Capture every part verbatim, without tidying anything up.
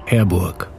Herburg.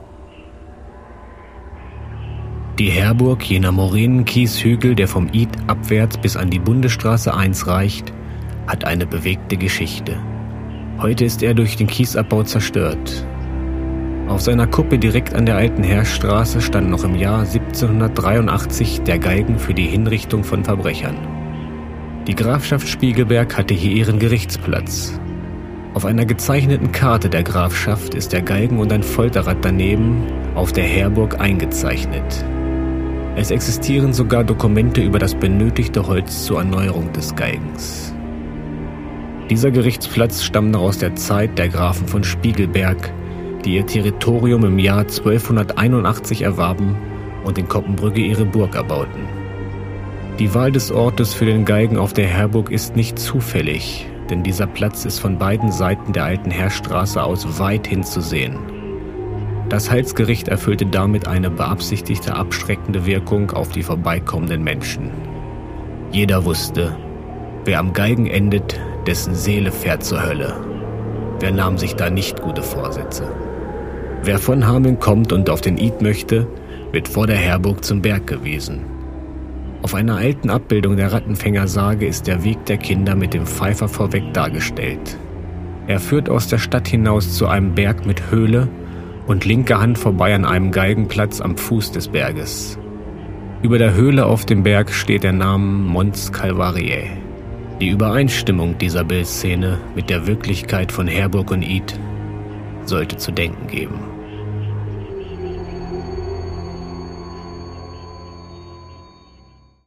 Die Herburg, jener Moränenkieshügel, der vom Id abwärts bis an die Bundesstraße eins reicht, hat eine bewegte Geschichte. Heute ist er durch den Kiesabbau zerstört. Auf seiner Kuppe direkt an der alten Heerstraße stand noch im Jahr siebzehnhundertdreiundachtzig der Galgen für die Hinrichtung von Verbrechern. Die Grafschaft Spiegelberg hatte hier ihren Gerichtsplatz. Auf einer gezeichneten Karte der Grafschaft ist der Galgen und ein Folterrad daneben auf der Herburg eingezeichnet. Es existieren sogar Dokumente über das benötigte Holz zur Erneuerung des Galgens. Dieser Gerichtsplatz stammt noch aus der Zeit der Grafen von Spiegelberg, die ihr Territorium im Jahr zwölfhunderteinundachtzig erwarben und in Koppenbrügge ihre Burg erbauten. Die Wahl des Ortes für den Galgen auf der Herburg ist nicht zufällig, denn dieser Platz ist von beiden Seiten der alten Heerstraße aus weithin zu sehen. Das Heilsgericht erfüllte damit eine beabsichtigte abschreckende Wirkung auf die vorbeikommenden Menschen. Jeder wusste, wer am Galgen endet, dessen Seele fährt zur Hölle. Wer nahm sich da nicht gute Vorsätze? Wer von Hameln kommt und auf den Id möchte, wird vor der Herburg zum Berg gewiesen. Auf einer alten Abbildung der Rattenfängersage ist der Weg der Kinder mit dem Pfeifer vorweg dargestellt. Er führt aus der Stadt hinaus zu einem Berg mit Höhle und linker Hand vorbei an einem Galgenplatz am Fuß des Berges. Über der Höhle auf dem Berg steht der Name Mons Calvariae. Die Übereinstimmung dieser Bildszene mit der Wirklichkeit von Herburg und Id sollte zu denken geben.